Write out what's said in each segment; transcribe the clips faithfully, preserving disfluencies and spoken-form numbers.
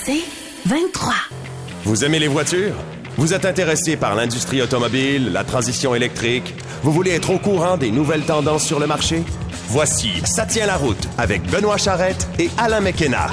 C'est vingt-trois. Vous aimez les voitures? Vous êtes intéressé par l'industrie automobile, la transition électrique? Vous voulez être au courant des nouvelles tendances sur le marché? Voici Ça tient la route avec Benoît Charrette et Alain McKenna.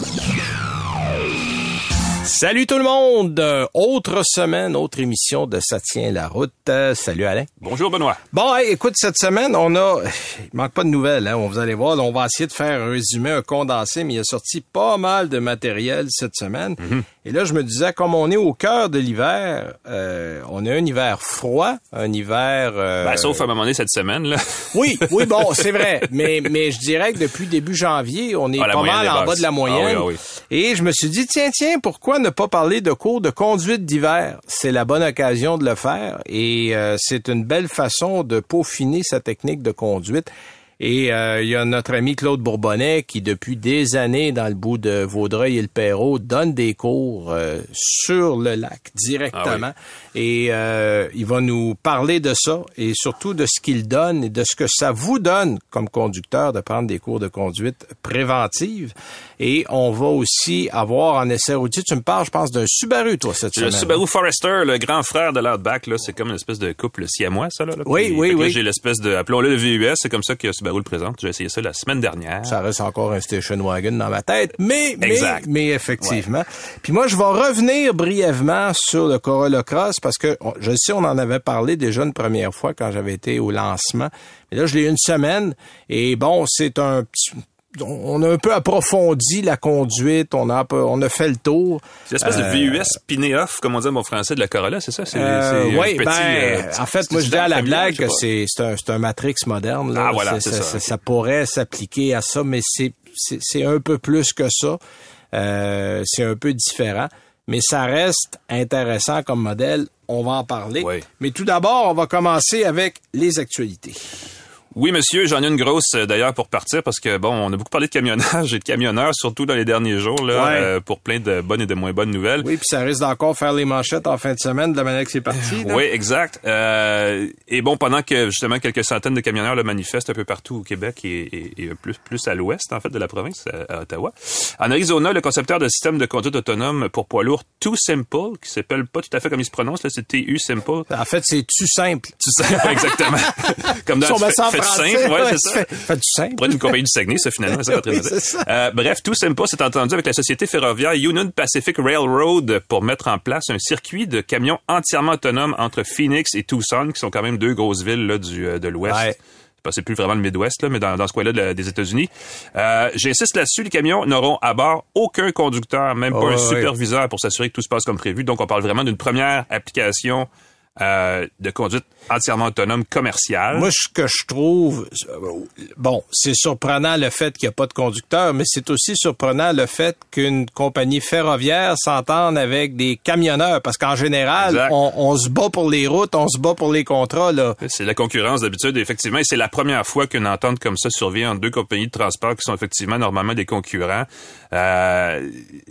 Salut tout le monde! Euh, autre semaine, autre émission de Ça tient la route. Euh, salut Alain. Bonjour Benoît. Bon, hey, écoute, cette semaine, on a... Il manque pas de nouvelles, hein? Vous allez voir, là, on va essayer de faire un résumé, un condensé, mais il a sorti pas mal de matériel cette semaine. Mm-hmm. Et là, je me disais, comme on est au cœur de l'hiver, euh, on a un hiver froid, un hiver... Euh... Ben, sauf à un moment donné cette semaine, là. Oui, oui, bon, c'est vrai. Mais, mais je dirais que depuis début janvier, on est ah, pas mal en bas de la moyenne. Ah, oui, ah, oui. Et je me suis dit, tiens, tiens, pourquoi ne pas parler de cours de conduite d'hiver? C'est la bonne occasion de le faire et euh, c'est une belle façon de peaufiner sa technique de conduite. Et euh, il y a notre ami Claude Bourbonnais qui, depuis des années, dans le bout de Vaudreuil et le Perrot, donne des cours euh, sur le lac directement. Ah oui. Et euh, il va nous parler de ça et surtout de ce qu'il donne et de ce que ça vous donne comme conducteur de prendre des cours de conduite préventive. Et on va aussi avoir en essai routier, tu me parles, je pense, d'un Subaru, toi, cette le semaine. Le Subaru Forester, le grand frère de l'Outback, là, c'est comme une espèce de couple siamois, ça, là. là. Oui, Puis, oui, oui. Là, j'ai l'espèce de, appelons-le le V U S, c'est comme ça que Subaru le présente. J'ai essayé ça la semaine dernière. Ça reste encore un station wagon dans ma tête, mais, exact. mais, mais effectivement. Ouais. Puis moi, je vais revenir brièvement sur le Corolla Cross parce que, je sais, on en avait parlé déjà une première fois quand j'avais été au lancement. Mais là, je l'ai eu une semaine et bon, c'est un petit... On a un peu approfondi la conduite, on a on a fait le tour. C'est l'espèce euh, de V U S piné-off, comme on dit en bon français, de la Corolla, c'est ça? C'est, euh, c'est oui, petit, ben, euh, en fait, moi je dis à la blague que c'est, c'est, c'est, un, c'est un Matrix moderne. Là. Ah voilà, c'est, c'est ça, ça. ça. Ça pourrait s'appliquer à ça, mais c'est, c'est, c'est un peu plus que ça. Euh, c'est un peu différent. Mais ça reste intéressant comme modèle, on va en parler. Oui. Mais tout d'abord, on va commencer avec les actualités. Oui, monsieur, j'en ai une grosse d'ailleurs pour partir parce que bon, on a beaucoup parlé de camionnage et de camionneurs, surtout dans les derniers jours là, ouais. euh, pour plein de bonnes et de moins bonnes nouvelles. Oui, puis ça risque d'encore faire les manchettes en fin de semaine de la manière que c'est parti. Là. Oui, exact. Euh, et bon, pendant que justement quelques centaines de camionneurs le manifestent un peu partout au Québec et, et, et plus plus à l'ouest en fait de la province, à, à Ottawa. En Arizona, le concepteur de système de conduite autonome pour poids lourds Too Simple, qui s'appelle pas tout à fait comme il se prononce là, c'est T U Simple. En fait, c'est Too Simple. Too Simple, exactement. Comme dans fait, simple, ouais, c'est ça. Fait, fait du simple. Pour être une compagnie du Saguenay, ça, finalement, ça va très oui, bien. Euh, bref, Too Simple s'est entendu avec la société ferroviaire Union Pacific Railroad pour mettre en place un circuit de camions entièrement autonomes entre Phoenix et Tucson, qui sont quand même deux grosses villes, là, du, de l'Ouest. Ouais. C'est plus vraiment le Midwest, là, mais dans, dans ce coin-là de, des États-Unis. Euh, j'insiste là-dessus, les camions n'auront à bord aucun conducteur, même oh, pas un ouais. superviseur pour s'assurer que tout se passe comme prévu. Donc, on parle vraiment d'une première application Euh, de conduite entièrement autonome commerciale. Moi, ce que je trouve, bon, c'est surprenant le fait qu'il n'y a pas de conducteur, mais c'est aussi surprenant le fait qu'une compagnie ferroviaire s'entende avec des camionneurs, parce qu'en général, on, on se bat pour les routes, on se bat pour les contrats, là. C'est la concurrence d'habitude, effectivement, et c'est la première fois qu'une entente comme ça survient entre deux compagnies de transport qui sont effectivement normalement des concurrents. Euh,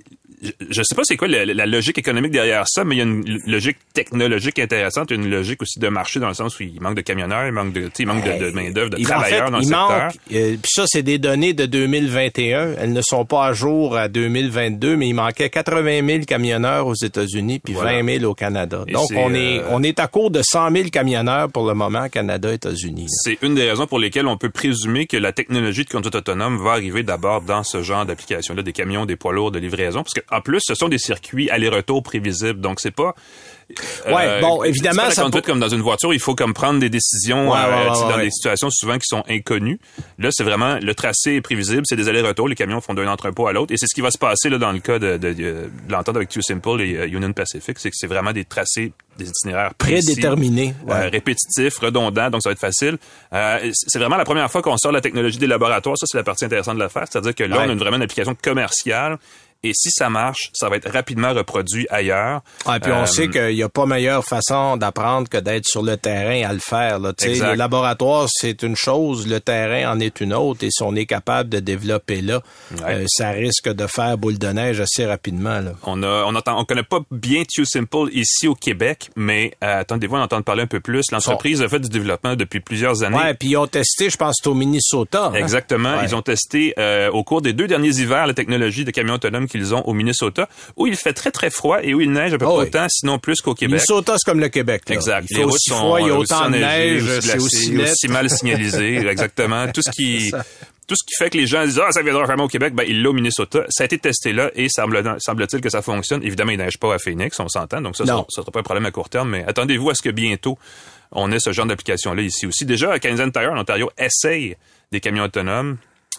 Je sais pas c'est quoi la, la logique économique derrière ça, mais il y a une logique technologique intéressante, une logique aussi de marché dans le sens où il manque de camionneurs, il manque de, il manque de, de main-d'œuvre, de il, travailleurs en fait, dans le il secteur. Manque, euh, puis ça, c'est des données de deux mille vingt et un. Elles ne sont pas à jour à deux mille vingt-deux, mais il manquait quatre-vingt mille camionneurs aux États-Unis puis voilà. vingt mille au Canada. Et donc, on est, euh... on est à court de cent mille camionneurs pour le moment, Canada, États-Unis. Là. C'est une des raisons pour lesquelles on peut présumer que la technologie de conduite autonome va arriver d'abord dans ce genre d'application-là, des camions, des poids lourds de livraison, parce qu'en plus, ce sont des circuits aller-retour prévisibles. Donc, c'est pas... Euh, ouais, bon, évidemment... C'est pas la ça conduite pour... comme dans une voiture, il faut comme prendre des décisions ouais, euh, ouais, ouais, dans ouais. des situations souvent qui sont inconnues. Là, c'est vraiment... Le tracé est prévisible, c'est des allers-retours, les camions font d'un entrepôt à l'autre, et c'est ce qui va se passer là dans le cas de, de, de, de l'entente avec Too Simple et uh, Union Pacific, c'est que c'est vraiment des tracés, des itinéraires précis, prédéterminés, ouais. euh, répétitifs, redondants, donc ça va être facile. Euh, c'est vraiment la première fois qu'on sort la technologie des laboratoires, ça c'est la partie intéressante de l'affaire, c'est-à-dire que là, ouais. on a une, vraiment une application commerciale. Et si ça marche, ça va être rapidement reproduit ailleurs. Ah, et puis on euh, sait qu'il n'y a pas meilleure façon d'apprendre que d'être sur le terrain à le faire. Là. Le laboratoire, c'est une chose, le terrain en est une autre. Et si on est capable de développer là, ouais. euh, ça risque de faire boule de neige assez rapidement. Là. On a, on entend, on connaît pas bien Too Simple ici au Québec, mais euh, attendez-vous, on entend parler un peu plus. L'entreprise a fait du développement depuis plusieurs années. Ouais, puis ils ont testé, je pense, c'est au Minnesota. Exactement. Hein? Ouais. Ils ont testé euh, au cours des deux derniers hivers la technologie de camions autonomes qu'ils ont au Minnesota, où il fait très, très froid et où il neige à peu près oh oui. autant, sinon plus qu'au Québec. Minnesota, c'est comme le Québec. Là. Exact. Il fait aussi froid, il y a autant de neige, aussi c'est aussi net. aussi mal signalisé. Exactement. Tout ce qui... Tout ce qui fait que les gens disent « Ah, ça viendra vraiment au Québec », ben, il l'a au Minnesota. Ça a été testé là et semble, semble-t-il que ça fonctionne. Évidemment, il neige pas à Phoenix, on s'entend, donc ça, ça, ça sera pas un problème à court terme, mais attendez-vous à ce que bientôt, on ait ce genre d'application-là ici aussi. Déjà, Canadian Tire en Ontario essaye des camions autonomes.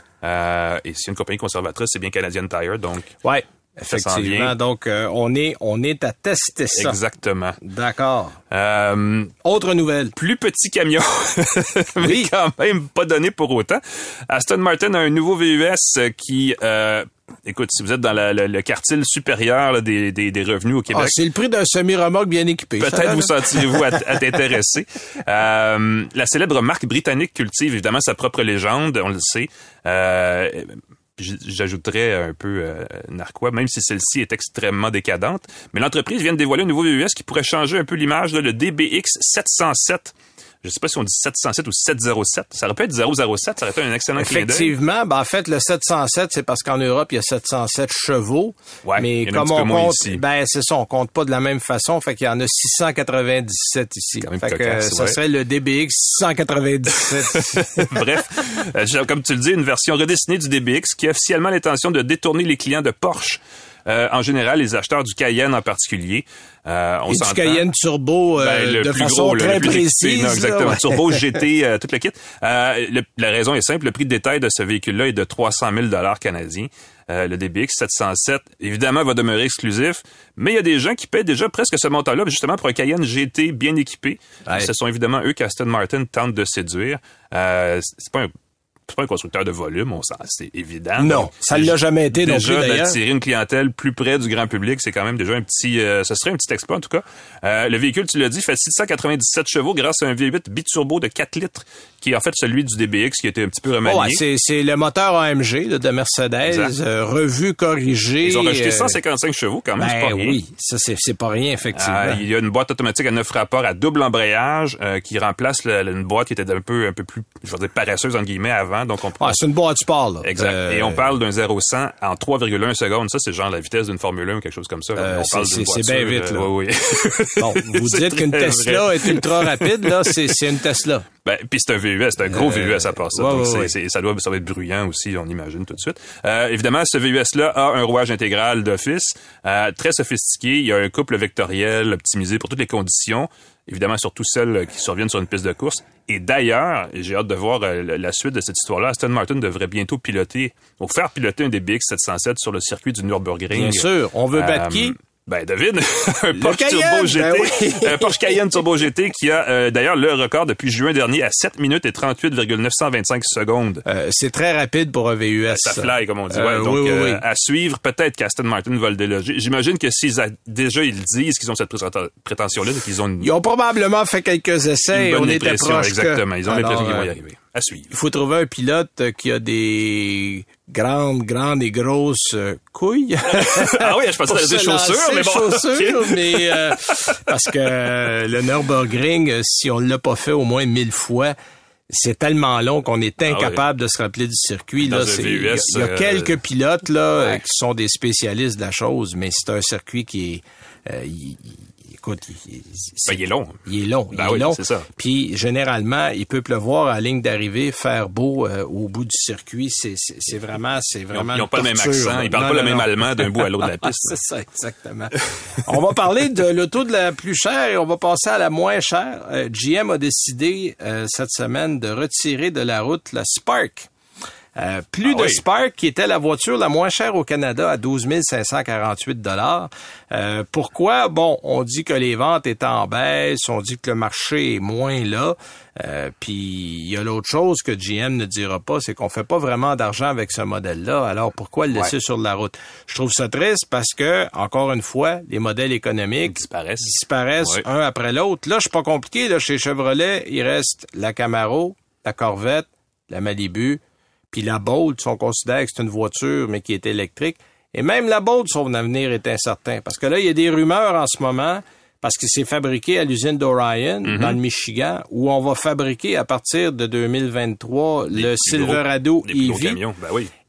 Euh, et c'est une compagnie conservatrice, c'est bien Canadian Tire, donc... Ouais. Effectivement, donc euh, on est on est à tester ça. Exactement. D'accord. Euh, Autre nouvelle. Plus petit camion, mais oui. quand même pas donné pour autant. Aston Martin a un nouveau V U S qui... Euh, Écoute, si vous êtes dans la, la, le quartile supérieur là, des, des, des revenus au Québec... Ah, c'est le prix d'un semi-remorque bien équipé. Peut-être ça, vous sentirez-vous à, à t'intéresser. Euh, la célèbre marque britannique cultive évidemment sa propre légende, on le sait. Euh, J'ajouterais un peu euh, narquois, même si celle-ci est extrêmement décadente. Mais l'entreprise vient de dévoiler un nouveau V U S qui pourrait changer un peu l'image, là, le D B X sept cent sept. Je sais pas si on dit sept cent sept ou sept cent sept. Ça aurait pu être zéro zéro sept, ça aurait été un excellent clin d'œil. Effectivement, ben en fait, le sept cent sept, c'est parce qu'en Europe, il y a sept cent sept chevaux. Ouais, mais il y en a comme un petit on peu moins compte, ici. ben c'est ça, on compte pas de la même façon, fait qu'il y en a six cent quatre-vingt-dix-sept ici. Quand même fait cocasse, que ça ouais. serait le D B X cent quatre-vingt-dix-sept. Bref, euh, comme tu le dis, une version redessinée du D B X qui a officiellement l'intention de détourner les clients de Porsche. Euh, en général, les acheteurs du Cayenne en particulier. Euh, on Et s'entend. Du Cayenne Turbo euh, ben, le de plus façon gros, très le plus précise. Non, exactement. Là, ouais. Turbo, G T, euh, tout le kit. Euh, le, la raison est simple. Le prix de détail de ce véhicule-là est de trois cent mille dollars canadiens. Euh, le D B X sept cent sept, évidemment, va demeurer exclusif. Mais il y a des gens qui paient déjà presque ce montant-là, justement, pour un Cayenne G T bien équipé. Ouais. Ce sont évidemment eux qu'Aston Martin tente de séduire. Euh, c'est pas un C'est pas un constructeur de volume, on s'en, c'est évident. Non, donc, ça ne l'a jamais été non plus, d'ailleurs. Déjà, d'attirer une clientèle plus près du grand public, c'est quand même déjà un petit... Euh, ce serait un petit exploit, en tout cas. Euh, le véhicule, tu l'as dit, fait six cent quatre-vingt-dix-sept chevaux grâce à un V huit biturbo de quatre litres, qui est en fait celui du D B X, qui a été un petit peu remanié. Oh, ouais, c'est, c'est le moteur A M G là, de Mercedes, euh, revu, corrigé. Ils ont rajouté cent cinquante-cinq euh... chevaux, quand même, ben, c'est pas rien. Oui, ça, c'est, c'est pas rien, effectivement. Euh, il y a une boîte automatique à neuf rapports à double embrayage, euh, qui remplace le, une boîte qui était un peu, un peu plus, je veux dire, paresseuse, entre guillemets, avant. Donc, on ah, c'est une boîte sport, là. Exact. Euh... Et on parle d'un zéro cent en trois virgule un secondes. Ça, c'est genre la vitesse d'une Formule un ou quelque chose comme ça. Euh, on c'est, parle c'est, d'une voiture, c'est bien vite, là. Euh, oui, oui. Bon, vous dites qu'une Tesla vrai. est ultra rapide, là, c'est, c'est une Tesla. Ben, puis c'est un V U S, c'est un gros euh, V U S à part ça. Ouais, donc ouais, c'est, ouais. c'est, ça doit ça va être bruyant aussi, on imagine tout de suite. Euh, évidemment, ce V U S-là a un rouage intégral d'office, euh, très sophistiqué. Il y a un couple vectoriel optimisé pour toutes les conditions. Évidemment, surtout celles qui surviennent sur une piste de course. Et d'ailleurs, j'ai hâte de voir euh, la suite de cette histoire-là. Aston Martin devrait bientôt piloter, ou faire piloter un D B X sept cent sept sur le circuit du Nürburgring. Bien sûr. On veut euh, battre qui? Ben, devine, un Porsche Cayenne, Turbo G T, ben oui. un Porsche Cayenne Turbo G T qui a euh, d'ailleurs le record depuis juin dernier à sept minutes et trente-huit virgule neuf cent vingt-cinq secondes. Euh, c'est très rapide pour un V U S. Ça fly, comme on dit. Ouais, euh, donc, oui, oui, euh, oui. à suivre, peut-être qu'Aston Martin va le déloger. J'imagine que s'ils a, déjà ils disent qu'ils ont cette prétention-là, c'est qu'ils ont une... Ils ont probablement fait quelques essais et on était proche. Exactement, ils ont Alors, l'impression qu'ils vont y euh, arriver. À suivre. Il faut trouver un pilote qui a des grandes, grandes et grosses euh, couilles. Ah oui, je pensais que c'était des chaussures, mais bon. chaussures, okay. mais euh, parce que euh, le Nürburgring, si on l'a pas fait au moins mille fois, c'est tellement long qu'on est incapable ah oui. de se rappeler du circuit. Là, c'est, il y a, il y a quelques euh... pilotes là ouais. qui sont des spécialistes de la chose, mais c'est un circuit qui est... Euh, il, Écoute, il, ben, il est long. Il est long. Ben il oui, est long. C'est ça. Puis généralement, il peut pleuvoir à la ligne d'arrivée, faire beau euh, au bout du circuit. C'est, c'est, c'est vraiment, c'est vraiment. Ils n'ont pas le même accent. Ils parlent non, pas non, le non. même allemand d'un bout à l'autre de la piste. C'est ça, exactement. On va parler de l'auto de la plus chère et on va passer à la moins chère. Euh, G M a décidé euh, cette semaine de retirer de la route la Spark. Euh, plus ah de oui. Spark, qui était la voiture la moins chère au Canada à douze mille cinq cent quarante-huit dollars. Euh, pourquoi? Bon, on dit que les ventes étaient en baisse, on dit que le marché est moins là. Euh, puis il y a l'autre chose que G M ne dira pas, c'est qu'on fait pas vraiment d'argent avec ce modèle-là. Alors pourquoi le laisser ouais. sur la route? Je trouve ça triste parce que, encore une fois, les modèles économiques disparaissent, disparaissent ouais. un après l'autre. Là, je suis pas compliqué. Là, chez Chevrolet, il reste la Camaro, la Corvette, la Malibu. Puis la Bolt, on considère que c'est une voiture, mais qui est électrique. Et même la Bolt, son avenir est incertain. Parce que là, il y a des rumeurs en ce moment, parce que c'est fabriqué à l'usine d'Orion, mm-hmm. dans le Michigan, où on va fabriquer à partir de deux mille vingt-trois les le Silverado gros, les E V. camions. Ben oui.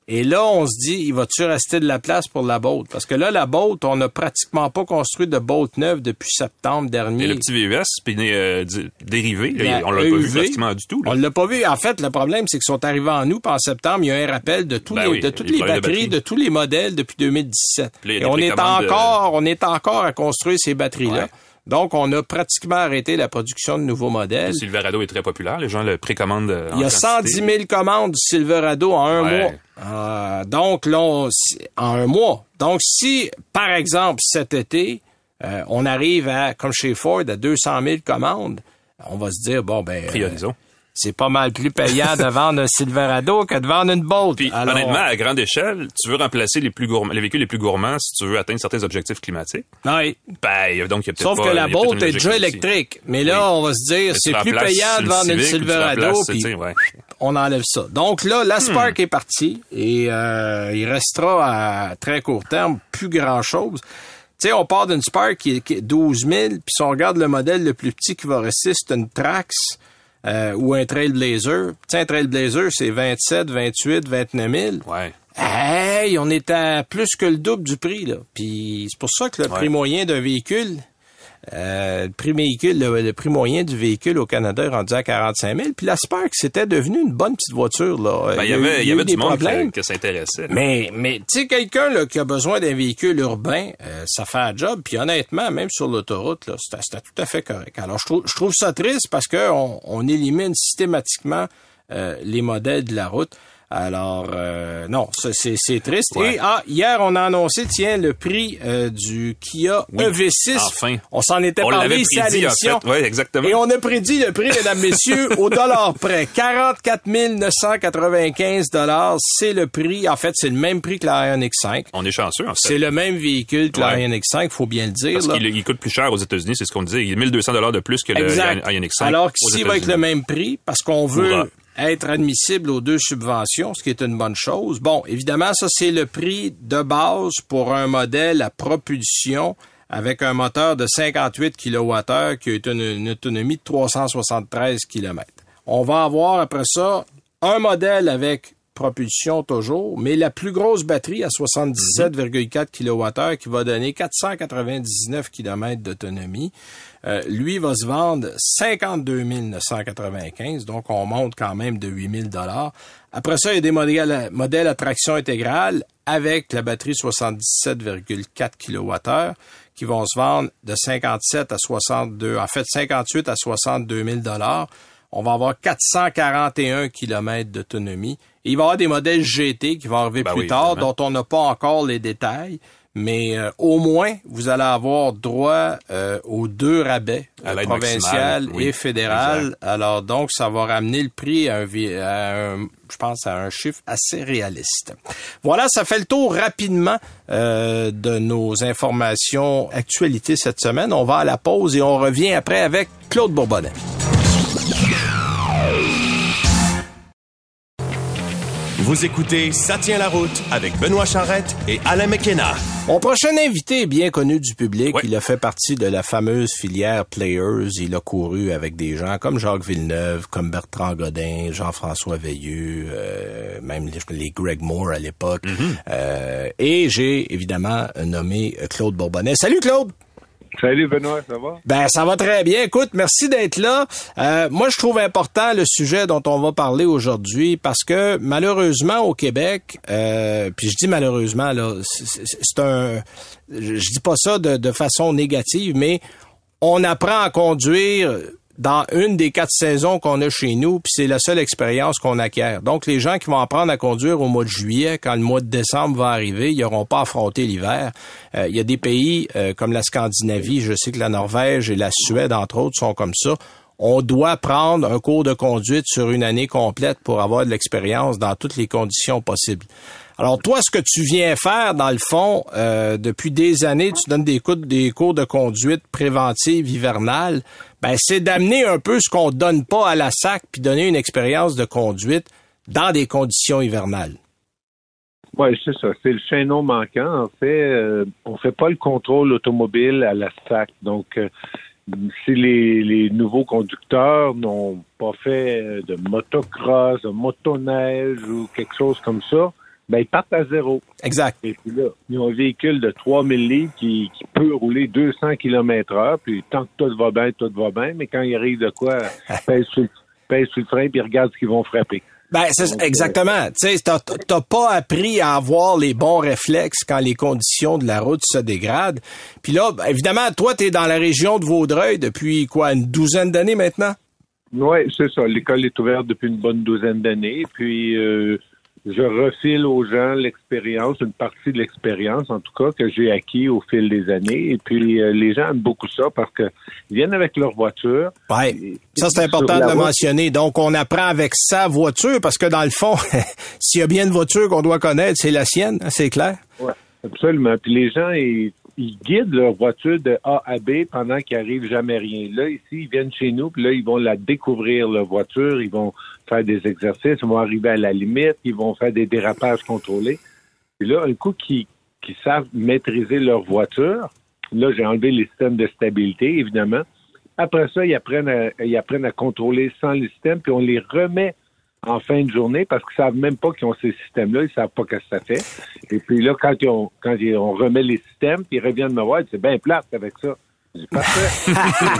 Et là, on se dit, il va-tu rester de la place pour la Bolt? Parce que là, la Bolt, on n'a pratiquement pas construit de Bolt neuve depuis septembre dernier. Et le petit V U S, puis euh, dérivé, là, on l'a E U V, pas vu pratiquement du tout. Là. On l'a pas vu. En fait, le problème, c'est qu'ils sont arrivés en août, puis en septembre, il y a un rappel de, tous ben les, oui, de toutes les batteries, de, batteries. de tous les modèles depuis deux mille dix-sept. Et on est encore, de... on est encore à construire ces batteries-là. Ouais. Donc, on a pratiquement arrêté la production de nouveaux modèles. Le Silverado est très populaire. Les gens le précommandent en Il y a cent dix mille commandes du Silverado en un ouais. mois. Euh, donc, là, on, en un mois. Donc, si, par exemple, cet été, euh, on arrive à, comme chez Ford, à deux cent mille commandes, on va se dire, bon, ben... Priorisons. Euh, c'est pas mal plus payant de vendre un Silverado que de vendre une Bolt. Puis, alors, honnêtement, à grande échelle, tu veux remplacer les plus gourmands, les véhicules les plus gourmands si tu veux atteindre certains objectifs climatiques. Oui. Ben, donc, il y a peut-être Sauf pas, que la Bolt est déjà électrique. Mais là, oui. on va se dire, mais c'est plus payant de vendre une Silverado, puis ouais. on enlève ça. Donc là, la Spark hmm. est partie et euh, il restera à très court terme plus grand-chose. Tu sais, on part d'une Spark qui est douze mille, puis si on regarde le modèle le plus petit qui va rester, c'est une Trax. Euh, ou un Trailblazer. Tiens, un Trailblazer, c'est vingt-sept, vingt-huit, vingt-neuf mille. Ouais. Hey, on est à plus que le double du prix, là. Puis c'est pour ça que le ouais. prix moyen d'un véhicule, euh, le prix véhicule, le, le prix moyen du véhicule au Canada est rendu à quarante-cinq mille. Puis la Spark, c'était devenu une bonne petite voiture, là. Ben, il y avait, il y avait du monde qui, qui s'intéressait. Là. Mais, mais, tu sais, quelqu'un, là, qui a besoin d'un véhicule urbain, euh, ça fait un job. Puis honnêtement, même sur l'autoroute, là, c'était, c'était tout à fait correct. Alors, je trouve, je trouve ça triste parce que on, on élimine systématiquement, euh, les modèles de la route. Alors, euh, non, ça, c'est, c'est triste. Ouais. Et ah, hier, on a annoncé, tiens, le prix euh, du Kia oui, E V six. Enfin. On s'en était on parlé ici à l'émission. En fait. Oui, exactement. Et on a prédit le prix, mesdames, messieurs, au dollar près. quarante-quatre mille neuf cent quatre-vingt-quinze dollars, c'est le prix. En fait, c'est le même prix que la Ioniq cinq. On est chanceux, en fait. C'est le même véhicule que ouais. la Ioniq cinq, faut bien le dire. Parce là. qu'il il coûte plus cher aux États-Unis, c'est ce qu'on disait. Il est mille deux cents dollars de plus que exact. le Ioniq cinq. Alors qu'ici, il va être le même prix parce qu'on veut... Oura. être admissible aux deux subventions, ce qui est une bonne chose. Bon, évidemment, ça, c'est le prix de base pour un modèle à propulsion avec un moteur de cinquante-huit kilowattheures qui a une, une autonomie de trois cent soixante-treize kilomètres. On va avoir, après ça, un modèle avec propulsion toujours, mais la plus grosse batterie à soixante-dix-sept virgule quatre kilowattheures qui va donner quatre cent quatre-vingt-dix-neuf kilomètres d'autonomie. Euh, lui va se vendre cinquante-deux mille neuf cent quatre-vingt-quinze, donc on monte quand même de huit mille dollars. Après ça, il y a des modèles, modèles à traction intégrale avec la batterie soixante-dix-sept virgule quatre kilowattheures qui vont se vendre de cinquante-sept à soixante-deux, en fait cinquante-huit à soixante-deux mille dollars. On va avoir quatre cent quarante et un kilomètres d'autonomie. Et il va y avoir des modèles G T qui vont arriver ben plus oui, tard, évidemment. Dont on n'a pas encore les détails. Mais euh, au moins, vous allez avoir droit euh, aux deux rabais, euh, provincial oui, et fédéral. Exact. Alors donc, ça va ramener le prix à un, à un, je pense, à un chiffre assez réaliste. Voilà, ça fait le tour rapidement euh, de nos informations actualités cette semaine. On va à la pause et on revient après avec Claude Bourbonnais. Vous écoutez Ça tient la route avec Benoît Charrette et Alain McKenna. Mon prochain invité est bien connu du public. Ouais. Il a fait partie de la fameuse filière Players. Il a couru avec des gens comme Jacques Villeneuve, comme Bertrand Godin, Jean-François Veilleux, euh, même les, les Greg Moore à l'époque. Mm-hmm. Euh, et j'ai évidemment nommé Claude Bourbonnais. Salut Claude! Salut Benoît, ça va? Ben ça va très bien. Écoute, merci d'être là. Euh, moi, je trouve important le sujet dont on va parler aujourd'hui parce que malheureusement au Québec, euh, puis je dis malheureusement là, c'est, c'est un, je dis pas ça de, de façon négative, mais on apprend à conduire dans une des quatre saisons qu'on a chez nous, puis c'est la seule expérience qu'on acquiert. Donc, les gens qui vont apprendre à conduire au mois de juillet, quand le mois de décembre va arriver, ils n'auront pas affronté l'hiver. Euh, il y a des pays euh, comme la Scandinavie, je sais que la Norvège et la Suède, entre autres, sont comme ça. On doit prendre un cours de conduite sur une année complète pour avoir de l'expérience dans toutes les conditions possibles. Alors, toi, ce que tu viens faire, dans le fond, euh, depuis des années, tu donnes des cours, des cours de conduite préventive hivernale, ben, c'est d'amener un peu ce qu'on donne pas à la S A C puis donner une expérience de conduite dans des conditions hivernales. Oui, c'est ça. C'est le chaînon manquant. En fait, euh, on fait pas le contrôle automobile à la S A C. Donc, euh, si les, les nouveaux conducteurs n'ont pas fait de motocross, de motoneige ou quelque chose comme ça, ben, ils partent à zéro. Exact. Et puis là, ils ont un véhicule de trois mille livres qui, qui peut rouler deux cents kilomètres heure, puis tant que tout va bien, tout va bien, mais quand il arrive de quoi, pèse sur, pèse sur le frein, puis regarde ce qu'ils vont frapper. Ben, c'est Donc, exactement. Euh, tu sais, t'as, t'as pas appris à avoir les bons réflexes quand les conditions de la route se dégradent. Puis là, évidemment, toi, t'es dans la région de Vaudreuil depuis, quoi, une douzaine d'années maintenant? Oui, c'est ça. L'école est ouverte depuis une bonne douzaine d'années. Puis, euh, je refile aux gens l'expérience, une partie de l'expérience, en tout cas, que j'ai acquis au fil des années. Et puis, euh, les gens aiment beaucoup ça parce que ils viennent avec leur voiture. Oui, ça, c'est important de le mentionner. Donc, on apprend avec sa voiture parce que, dans le fond, s'il y a bien une voiture qu'on doit connaître, c'est la sienne, hein, c'est clair? Oui, absolument. Puis, les gens, ils, ils guident leur voiture de A à B pendant qu'il arrive jamais rien. Là, ici, ils viennent chez nous, puis là, ils vont la découvrir, leur voiture. Ils vont faire des exercices, ils vont arriver à la limite, ils vont faire des dérapages contrôlés. Puis là, un coup qu'ils, qu'ils savent maîtriser leur voiture, là, j'ai enlevé les systèmes de stabilité, évidemment. Après ça, ils apprennent à, ils apprennent à contrôler sans les systèmes, puis on les remet en fin de journée parce qu'ils savent même pas qu'ils ont ces systèmes-là, ils savent pas ce que ça fait. Et puis là, quand, ils ont, quand ils, on remet les systèmes, puis ils reviennent me voir, c'est bien plate avec ça. C'est parfait.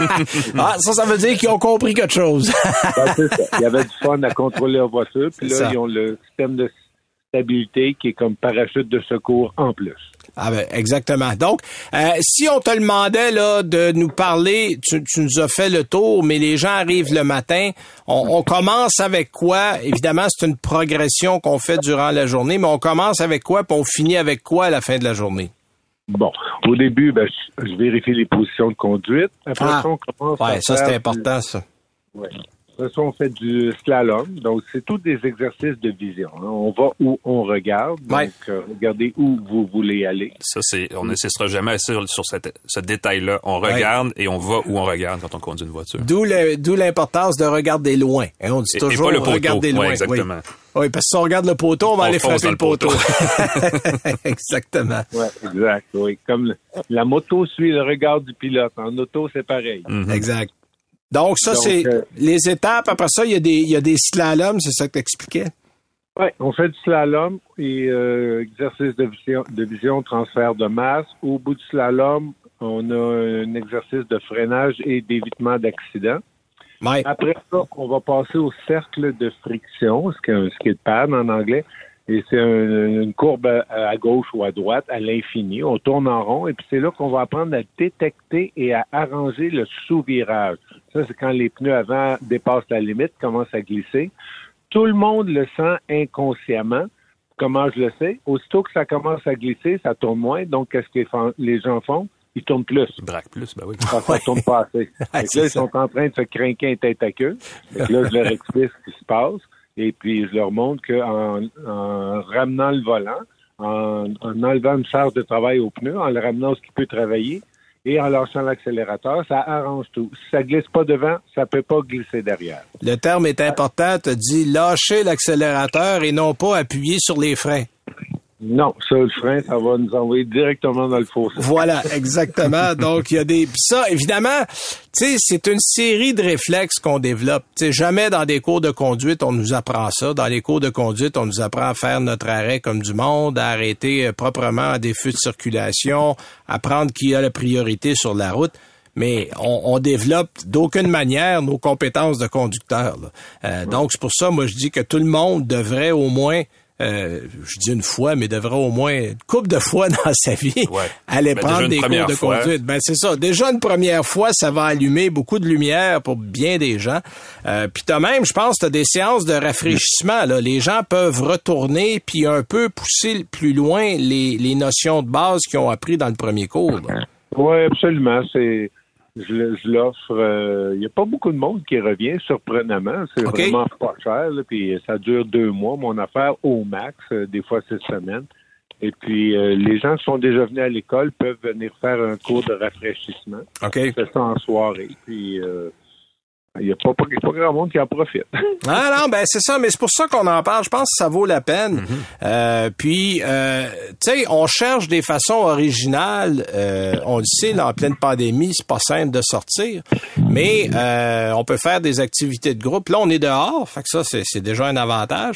Ah, ça, ça veut dire qu'ils ont compris quelque chose. Ben, c'est ça. Il y avait du fun à contrôler leur voiture, puis là, ça. Ils ont le système de stabilité qui est comme parachute de secours en plus. Ah ben exactement. Donc, euh, si on te demandait là de nous parler, tu, tu nous as fait le tour, mais les gens arrivent le matin. On, on commence avec quoi? Évidemment, c'est une progression qu'on fait durant la journée, mais on commence avec quoi puis on finit avec quoi à la fin de la journée? Bon, au début, ben, je, je vérifie les positions de conduite. Après ah. ça, on commence ouais, à ça, faire c'est important, du... ça. Ouais. Après ça, on fait du slalom. Donc, c'est tous des exercices de vision. Hein. On va où on regarde. Donc, ouais. euh, regardez où vous voulez aller. Ça, c'est, on n'insistera jamais sur, sur cette, ce détail-là. On regarde ouais. et on va où on regarde quand on conduit une voiture. D'où, le, d'où l'importance de regarder loin. Hein, on dit et, toujours et regarder loin. Ouais, exactement. Oui. Oui, parce que si on regarde le poteau, on va on aller frapper le poteau. poteau. Exactement. Oui, exact. Oui. Comme le, la moto suit le regard du pilote. En auto, c'est pareil. Mm-hmm. Exact. Donc, ça, Donc, c'est euh, les étapes. Après ça, il y a des, il y a des slaloms, c'est ça que tu expliquais? Oui, on fait du slalom et euh, exercice de vision, de vision, transfert de masse. Au bout du slalom, on a un exercice de freinage et d'évitement d'accident. Ouais. Après ça, on va passer au cercle de friction, ce qui est un skid pad en anglais. Et c'est un, une courbe à, à gauche ou à droite, à l'infini. On tourne en rond et puis c'est là qu'on va apprendre à détecter et à arranger le sous-virage. Ça, c'est quand les pneus avant dépassent la limite, commencent à glisser. Tout le monde le sent inconsciemment. Comment je le sais? Aussitôt que ça commence à glisser, ça tourne moins. Donc, qu'est-ce que les gens font? Ils tournent plus. Ils braquent plus, ben oui. Ça, ça tourne pas assez. là, ils sont en train de se crinquer tête à queue. Là, je leur explique ce qui se passe. Et puis, je leur montre qu'en en ramenant le volant, en, en enlevant une charge de travail au pneu, en le ramenant ce qui peut travailler et en lâchant l'accélérateur, ça arrange tout. Si ça glisse pas devant, ça peut pas glisser derrière. Le terme est important. Tu dis lâcher l'accélérateur et non pas appuyer sur les freins. Non, ça, le frein, ça va nous envoyer directement dans le fossé. Voilà, exactement. Donc, il y a des... Puis ça, évidemment, tu sais, c'est une série de réflexes qu'on développe. Tu sais, jamais dans des cours de conduite, on nous apprend ça. Dans les cours de conduite, on nous apprend à faire notre arrêt comme du monde, à arrêter proprement des feux de circulation, à prendre qui a la priorité sur la route. Mais on, on développe d'aucune manière nos compétences de conducteur. Là. Euh, ouais. Donc, c'est pour ça, moi, je dis que tout le monde devrait au moins... Euh, je dis une fois, mais devrait au moins une couple de fois dans sa vie ouais. aller ben prendre des cours de fois. conduite. Ben c'est ça. Déjà une première fois, ça va allumer beaucoup de lumière pour bien des gens. Euh, puis t'as même, je pense, t'as des séances de rafraîchissement. Là, les gens peuvent retourner puis un peu pousser plus loin les, les notions de base qu'ils ont appris dans le premier cours. Oui, absolument. C'est Je, je l'offre. Il euh, n'y a pas beaucoup de monde qui revient, surprenamment. C'est okay. vraiment pas cher. Là, puis ça dure deux mois, mon affaire, au max, euh, des fois six semaines. Et puis, euh, les gens qui sont déjà venus à l'école peuvent venir faire un cours de rafraîchissement. Okay. C'est ça en soirée. Puis, euh, il n'y a pas, pas, pas grand monde qui en profite. Ah non, ben c'est ça, mais c'est pour ça qu'on en parle. Je pense que ça vaut la peine. Mm-hmm. Euh, puis, euh, tu sais, on cherche des façons originales. Euh, on le sait, là, en pleine pandémie, c'est pas simple de sortir, mais euh, on peut faire des activités de groupe. Là, on est dehors, fait que ça, c'est, c'est déjà un avantage.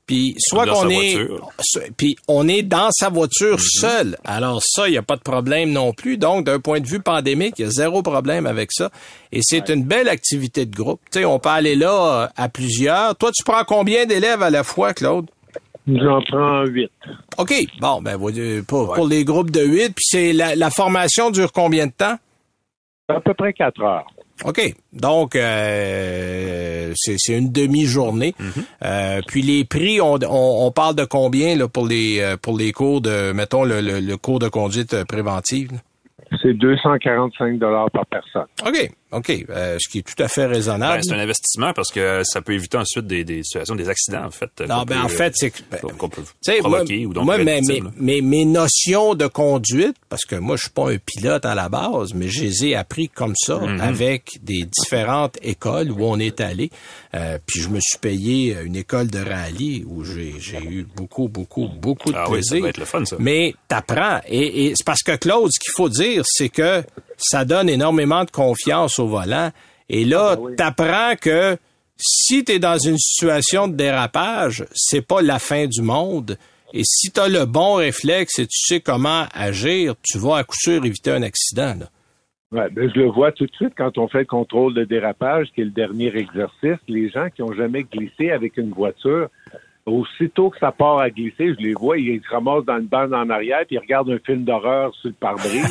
Puis soit qu'on est, puis on est dans sa voiture mm-hmm. seul. Alors ça, il y a pas de problème non plus. Donc d'un point de vue pandémique, il y a zéro problème avec ça. Et c'est ouais. une belle activité de groupe. Tu sais, on peut aller là à plusieurs. Toi, tu prends combien d'élèves à la fois, Claude? J'en prends huit. OK. Bon, ben pour, ouais. pour les groupes de huit. Puis c'est la, la formation dure combien de temps? À peu près quatre heures. OK. Donc, euh, c'est, c'est une demi-journée. Mm-hmm. Euh, puis les prix, on, on, on parle de combien là pour les pour les cours de, mettons, le, le, le cours de conduite préventive? Là? C'est deux cent quarante-cinq dollars par personne. OK. OK. Euh, ce qui est tout à fait raisonnable. Ben, c'est un investissement parce que ça peut éviter ensuite des, des situations, des accidents, en fait. Non, ben, peut, en fait, c'est que, ben, qu'on peut provoquer moi, ou donc moi, mais, mais, mais mes notions de conduite, parce que moi, je suis pas un pilote à la base, mais je les ai appris comme ça, mm-hmm. avec des différentes écoles où on est allé. Euh, puis je me suis payé une école de rallye où j'ai, j'ai eu beaucoup, beaucoup, beaucoup de ah plaisir. Oui, ça va être le fun, ça. Mais t'apprends. Et, et c'est parce que, Claude, ce qu'il faut dire, c'est que ça donne énormément de confiance au volant. Et là, ah ben oui. t'apprends que si t'es dans une situation de dérapage, c'est pas la fin du monde. Et si t'as le bon réflexe et tu sais comment agir, tu vas à coup sûr éviter un accident, là. Ouais, ben je le vois tout de suite quand on fait le contrôle de dérapage, qui est le dernier exercice. Les gens qui ont jamais glissé avec une voiture, aussitôt que ça part à glisser, je les vois, ils se ramassent dans une bande en arrière puis ils regardent un film d'horreur sur le pare-brise.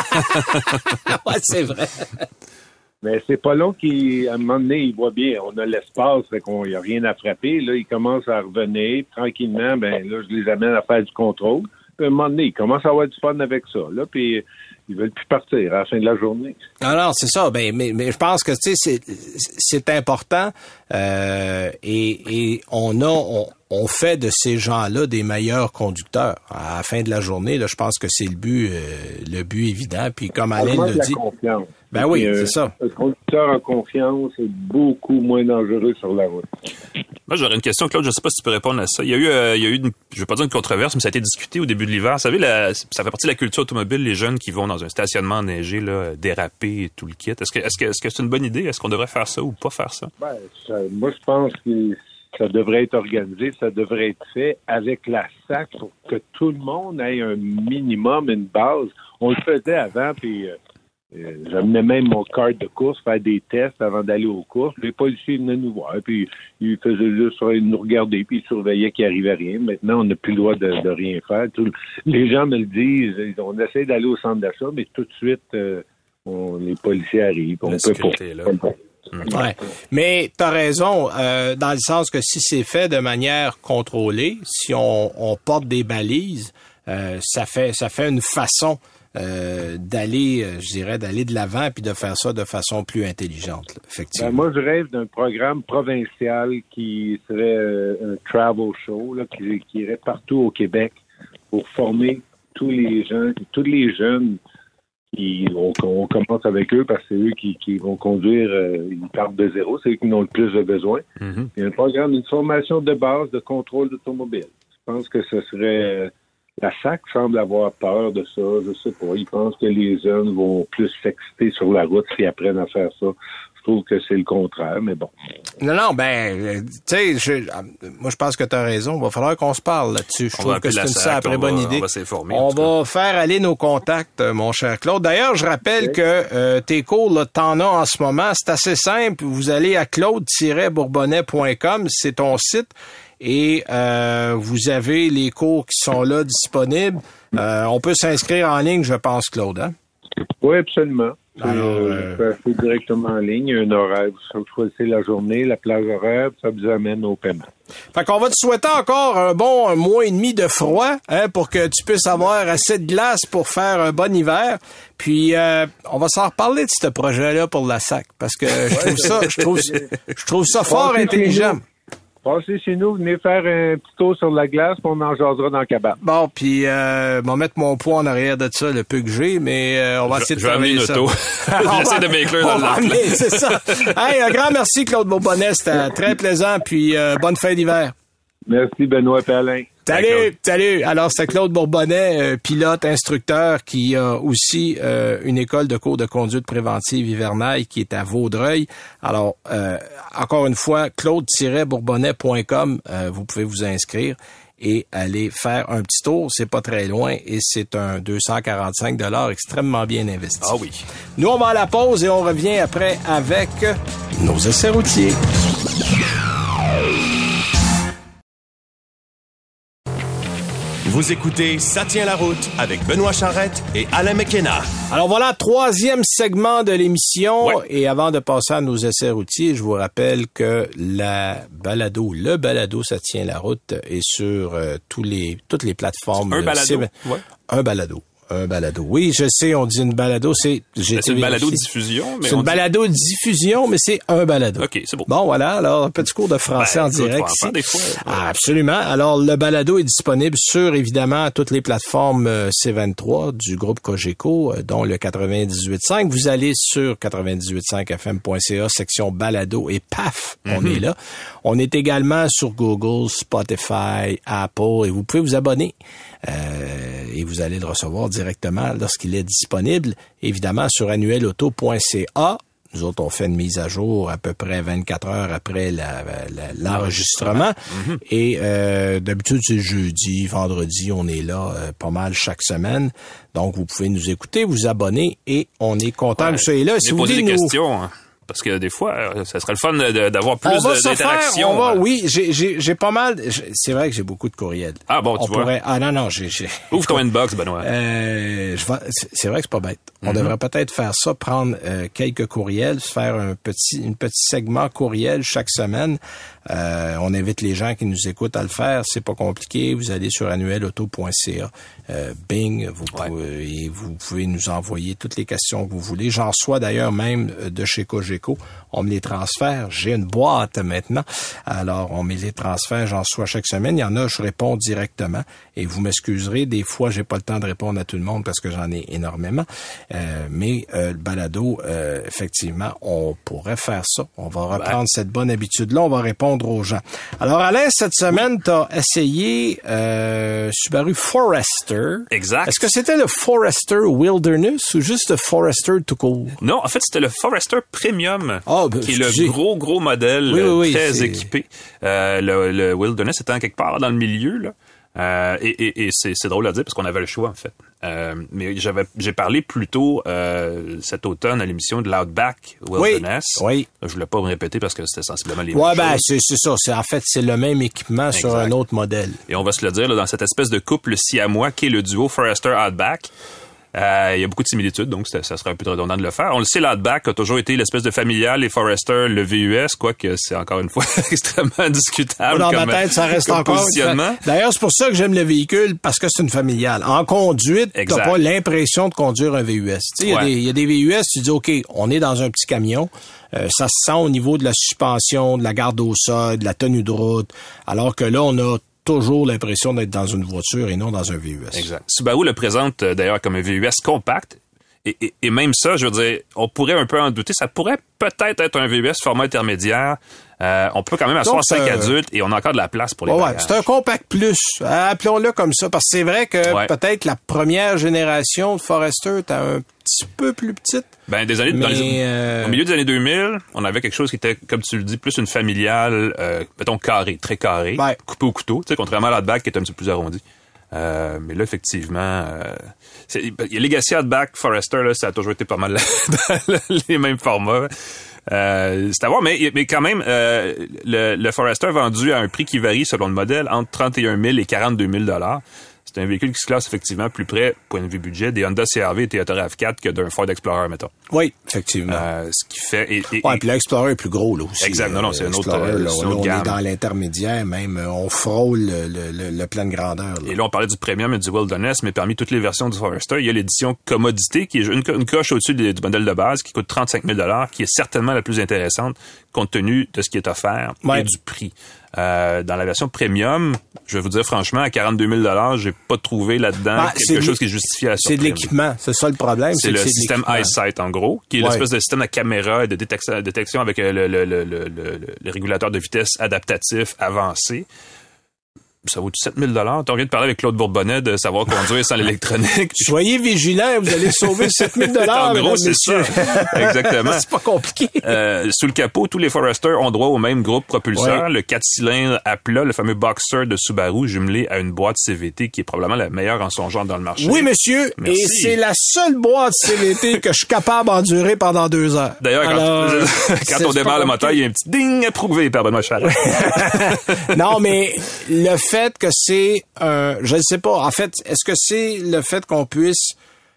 Ouais, c'est vrai. Mais c'est pas long qu'à un moment donné, ils voient bien, on a l'espace, fait qu'on y a rien à frapper. Là, ils commencent à revenir tranquillement. Ben là, je les amène à faire du contrôle. Puis à un moment donné, ils commencent à avoir du fun avec ça. Là, puis ils veulent plus partir à la fin de la journée. Non, non, c'est ça. Ben, mais, mais je pense que tu sais, c'est, c'est important euh, et, et on a, on, on fait de ces gens-là des meilleurs conducteurs. À la fin de la journée, là, je pense que c'est le but, euh, le but évident. Puis comme Alain le dit. Confiance. Ben oui, euh, c'est ça. Le conducteur en confiance est beaucoup moins dangereux sur la route. Moi, j'aurais une question, Claude. Je ne sais pas si tu peux répondre à ça. Il y a eu, euh, il y a eu, une, je vais pas dire une controverse, mais ça a été discuté au début de l'hiver. Vous savez, la, ça fait partie de la culture automobile, les jeunes qui vont dans un stationnement enneigé, là, déraper et tout le kit. Est-ce que, est-ce que, est-ce que c'est une bonne idée? Est-ce qu'on devrait faire ça ou pas faire ça? Ben, ça, moi, je pense que ça devrait être organisé, ça devrait être fait avec la S A C pour que tout le monde ait un minimum, une base. On le faisait avant, puis euh, euh, j'amenais même mon carte de course, faire des tests avant d'aller aux courses. Les policiers venaient nous voir, puis ils faisaient juste nous regarder, puis ils surveillaient qu'il n'arrivait rien. Maintenant, on n'a plus le droit de, de rien faire. Tout, les gens me le disent, on essaie d'aller au centre d'achat, mais tout de suite, euh, on, les policiers arrivent. On la peut sécurité, pas. Là. Ouais. Mais t'as raison, euh, dans le sens que si c'est fait de manière contrôlée, si on, on porte des balises, euh, ça fait ça fait une façon euh, d'aller, euh, je dirais, d'aller de l'avant puis de faire ça de façon plus intelligente, là, effectivement. Ben, moi, je rêve d'un programme provincial qui serait euh, un travel show, là, qui, qui irait partout au Québec pour former tous les gens, tous les jeunes. Qui, on, on commence avec eux parce que c'est eux qui, qui vont conduire, euh, ils partent de zéro, c'est eux qui ont le plus de besoin. Mm-hmm. Il y a un programme, une formation de base de contrôle d'automobile. Je pense que ce serait... La S A C semble avoir peur de ça, je sais pas. Ils pensent que les jeunes vont plus s'exciter sur la route s'ils apprennent à faire ça. Je trouve que c'est le contraire, mais bon. Non, non, ben, tu sais, moi, je pense que tu as raison. Il va falloir qu'on se parle là-dessus. Je on trouve que c'est une sacrée bonne idée. On va s'informer. On va faire aller nos contacts, mon cher Claude. D'ailleurs, je rappelle okay. que euh, tes cours, là, t'en as en ce moment. C'est assez simple. Vous allez à claude tiret bourbonnais point com. C'est ton site. Et euh, vous avez les cours qui sont là disponibles. Euh, on peut s'inscrire en ligne, je pense, Claude, hein? Oui, absolument. Alors, euh, euh... Ça fait directement en ligne, il y a un horaire. Vous choisissez la journée, la plage horaire, ça vous amène au paiement. Fait qu'on va te souhaiter encore un bon un mois et demi de froid, hein, pour que tu puisses avoir assez de glace pour faire un bon hiver. Puis euh, on va s'en reparler de ce projet-là pour la S A C, parce que je trouve ça, je trouve, je trouve ça fort intelligent. Passez chez nous, venez faire un petit tour sur la glace, puis on en jasera dans le cabane. Bon, puis euh, on va mettre mon poids en arrière de ça, le peu que j'ai, mais euh, on va essayer de faire ça. Je vais amener une auto. J'essaie de m'inclure dans l'arbre. C'est ça. Hey, un grand merci, Claude Bourbonnais. C'était très plaisant, puis euh, bonne fin d'hiver. Merci, Benoît Palin. Salut, Bye, salut. Alors, c'est Claude Bourbonnais, euh, pilote, instructeur, qui a aussi euh, une école de cours de conduite préventive hivernaille qui est à Vaudreuil. Alors, euh, encore une fois, claude tiret bourbonnais point com, euh, vous pouvez vous inscrire et aller faire un petit tour. C'est pas très loin et c'est un deux cent quarante-cinq dollars extrêmement bien investi. Ah oui. Nous, on va à la pause et on revient après avec nos essais routiers. Vous écoutez Ça tient la route avec Benoît Charrette et Alain McKenna. Alors voilà, troisième segment de l'émission. Ouais. Et avant de passer à nos essais routiers, je vous rappelle que la balado, le balado Ça tient la route est sur euh, tous les, toutes les plateformes. Un balado? Ouais. Un balado. Un balado. Oui, je sais, on dit une balado, c'est... J'ai c'est une balado-diffusion. C'est une balado-diffusion, mais c'est un balado. OK, c'est bon. Bon, voilà, alors, un petit cours de français ben, en direct ici. Des fois, ouais. Ah, absolument. Alors, le balado est disponible sur, évidemment, toutes les plateformes euh, C vingt-trois du groupe Cogeco, euh, dont le quatre-vingt-dix-huit virgule cinq. Vous allez sur quatre-vingt-dix-huit virgule cinq F M point C A, section balado, et paf, on mm-hmm. est là. On est également sur Google, Spotify, Apple, et vous pouvez vous abonner. Euh, et vous allez le recevoir directement lorsqu'il est disponible, évidemment sur annuel auto point C A. Nous autres, on fait une mise à jour à peu près vingt-quatre heures après la, la, l'enregistrement. Mm-hmm. Et euh, d'habitude, c'est jeudi, vendredi, on est là euh, pas mal chaque semaine. Donc, vous pouvez nous écouter, vous abonner et on est content ouais, que vous soyez là. Si vous voulez des nous... questions, hein. Parce que des fois, ça serait le fun de, d'avoir plus d'interactions. On va, oui, j'ai, j'ai, j'ai pas mal. C'est vrai que j'ai beaucoup de courriels. Ah bon, tu on vois. Pourrait, ah non, non, j'ai. j'ai Ouvre ton inbox, Benoît. Euh, je vais, c'est vrai que c'est pas bête. On mm-hmm. devrait peut-être faire ça, prendre euh, quelques courriels, faire un petit, une petit segment courriel chaque semaine. Euh, on invite les gens qui nous écoutent à le faire. C'est pas compliqué. Vous allez sur annuel auto point C A. Euh, Bing, vous pouvez, ouais. et vous pouvez nous envoyer toutes les questions que vous voulez. J'en reçois d'ailleurs même de chez Cogeco. On me les transfère. J'ai une boîte maintenant. Alors, on me les transfère. J'en reçois chaque semaine. Il y en a, je réponds directement. Et vous m'excuserez, des fois, j'ai pas le temps de répondre à tout le monde parce que j'en ai énormément. Euh, mais euh, le balado, euh, effectivement, on pourrait faire ça. On va reprendre ouais. cette bonne habitude-là. On va répondre aux gens. Alors, Alain, cette semaine, tu as essayé euh, Subaru Forester. Exact. Est-ce que c'était le Forester Wilderness ou juste le Forester tout court? Non, en fait, c'était le Forester Premium, oh, ben, qui est le gros, gros modèle oui, oui, oui, très c'est... équipé. Euh, le, le Wilderness était en quelque part dans le milieu, là. Euh, et et, et c'est, c'est drôle à dire parce qu'on avait le choix, en fait. Euh, mais j'avais, j'ai parlé plus tôt euh, cet automne à l'émission de l'Outback Wilderness. Oui, oui. Je voulais pas me répéter parce que c'était sensiblement les ouais, mêmes ben, choses. c'est, c'est ça. C'est, en fait, c'est le même équipement exact. Sur un autre modèle. Et on va se le dire, là, dans cette espèce de couple siamois qui est le duo Forester-Outback, Euh, il y a beaucoup de similitudes, donc ça, ça serait un peu redondant de le faire. On le sait, l'Outback a toujours été l'espèce de familial, les Forester, le V U S, quoique c'est encore une fois extrêmement discutable. Dans comme, ma tête, ça reste encore positionnement. D'ailleurs, c'est pour ça que j'aime le véhicule, parce que c'est une familiale. En conduite, exact. T'as pas l'impression de conduire un V U S. Tu sais, il ouais. y, y a des V U S, tu dis, OK, on est dans un petit camion. Euh, ça se sent au niveau de la suspension, de la garde au sol, de la tenue de route, alors que là, on a toujours l'impression d'être dans une voiture et non dans un V U S. Exact. Subaru le présente euh, d'ailleurs comme un V U S compact. Et, et, et même ça, je veux dire, on pourrait un peu en douter. Ça pourrait peut-être être un V U S format intermédiaire. Euh, on peut quand même asseoir cinq euh... adultes et on a encore de la place pour les ouais, bagages. C'est un compact plus. Appelons-le comme ça. Parce que c'est vrai que ouais. peut-être la première génération de Forester était un petit peu plus petite. Ben, des années, mais dans les, euh... au milieu des années deux mille, on avait quelque chose qui était, comme tu le dis, plus une familiale, euh, mettons, carré, très carré, ouais. coupé au couteau, tu sais, contrairement à l'Outback qui est un petit peu plus arrondi. Euh, mais là, effectivement, euh, c'est, il y a Legacy, Outback, Forester, là, ça a toujours été pas mal dans les mêmes formats. Euh, c'est à voir, mais, mais quand même, euh, le, le Forester vendu à un prix qui varie selon le modèle entre trente et un mille et quarante-deux mille dollars. C'est un véhicule qui se classe effectivement plus près, point de vue budget, des Honda C R V et Toyota RAV quatre que d'un Ford Explorer, mettons. Oui, effectivement. Euh, ce qui fait... Et, et, ouais, puis l'Explorer est plus gros, là, aussi. Exact, non, non, c'est un autre, là, euh, là, c'est une autre on gamme. est dans l'intermédiaire, même, on frôle le, le, le plein de grandeur. Là. Et là, on parlait du Premium et du Wilderness, mais parmi toutes les versions du Forester, il y a l'édition Commodité, qui est une, une coche au-dessus du modèle de base, qui coûte trente-cinq mille dollars, qui est certainement la plus intéressante, compte tenu de ce qui est offert ouais. et du prix. Euh, dans la version premium, je vais vous dire franchement, à quarante-deux mille dollars, j'ai pas trouvé là-dedans bah, quelque chose qui justifie la surprise. C'est de l'équipement, c'est ça le problème. C'est, c'est le c'est système EyeSight, en gros, qui est ouais. l'espèce de système de caméra et de détection, détection avec le, le, le, le, le, le régulateur de vitesse adaptatif avancé. ça vaut sept mille dollars. Tu viens de parler avec Claude Bourbonnais de savoir conduire sans l'électronique. Soyez vigilants, vous allez sauver sept mille dollars. En gros, c'est ça. Exactement. C'est pas compliqué. Euh, sous le capot, tous les Forester ont droit au même groupe propulseur, ouais. le quatre cylindres à plat, le fameux Boxer de Subaru, jumelé à une boîte C V T qui est probablement la meilleure en son genre dans le marché. Oui, monsieur. Merci. Et c'est la seule boîte C V T que je suis capable d'endurer pendant deux heures. D'ailleurs, Alors, quand, quand on démarre le moteur, il y a un petit ding approuvé par Benoît Charette. Non, mais le fait que c'est un, je ne sais pas. En fait, est-ce que c'est le fait qu'on puisse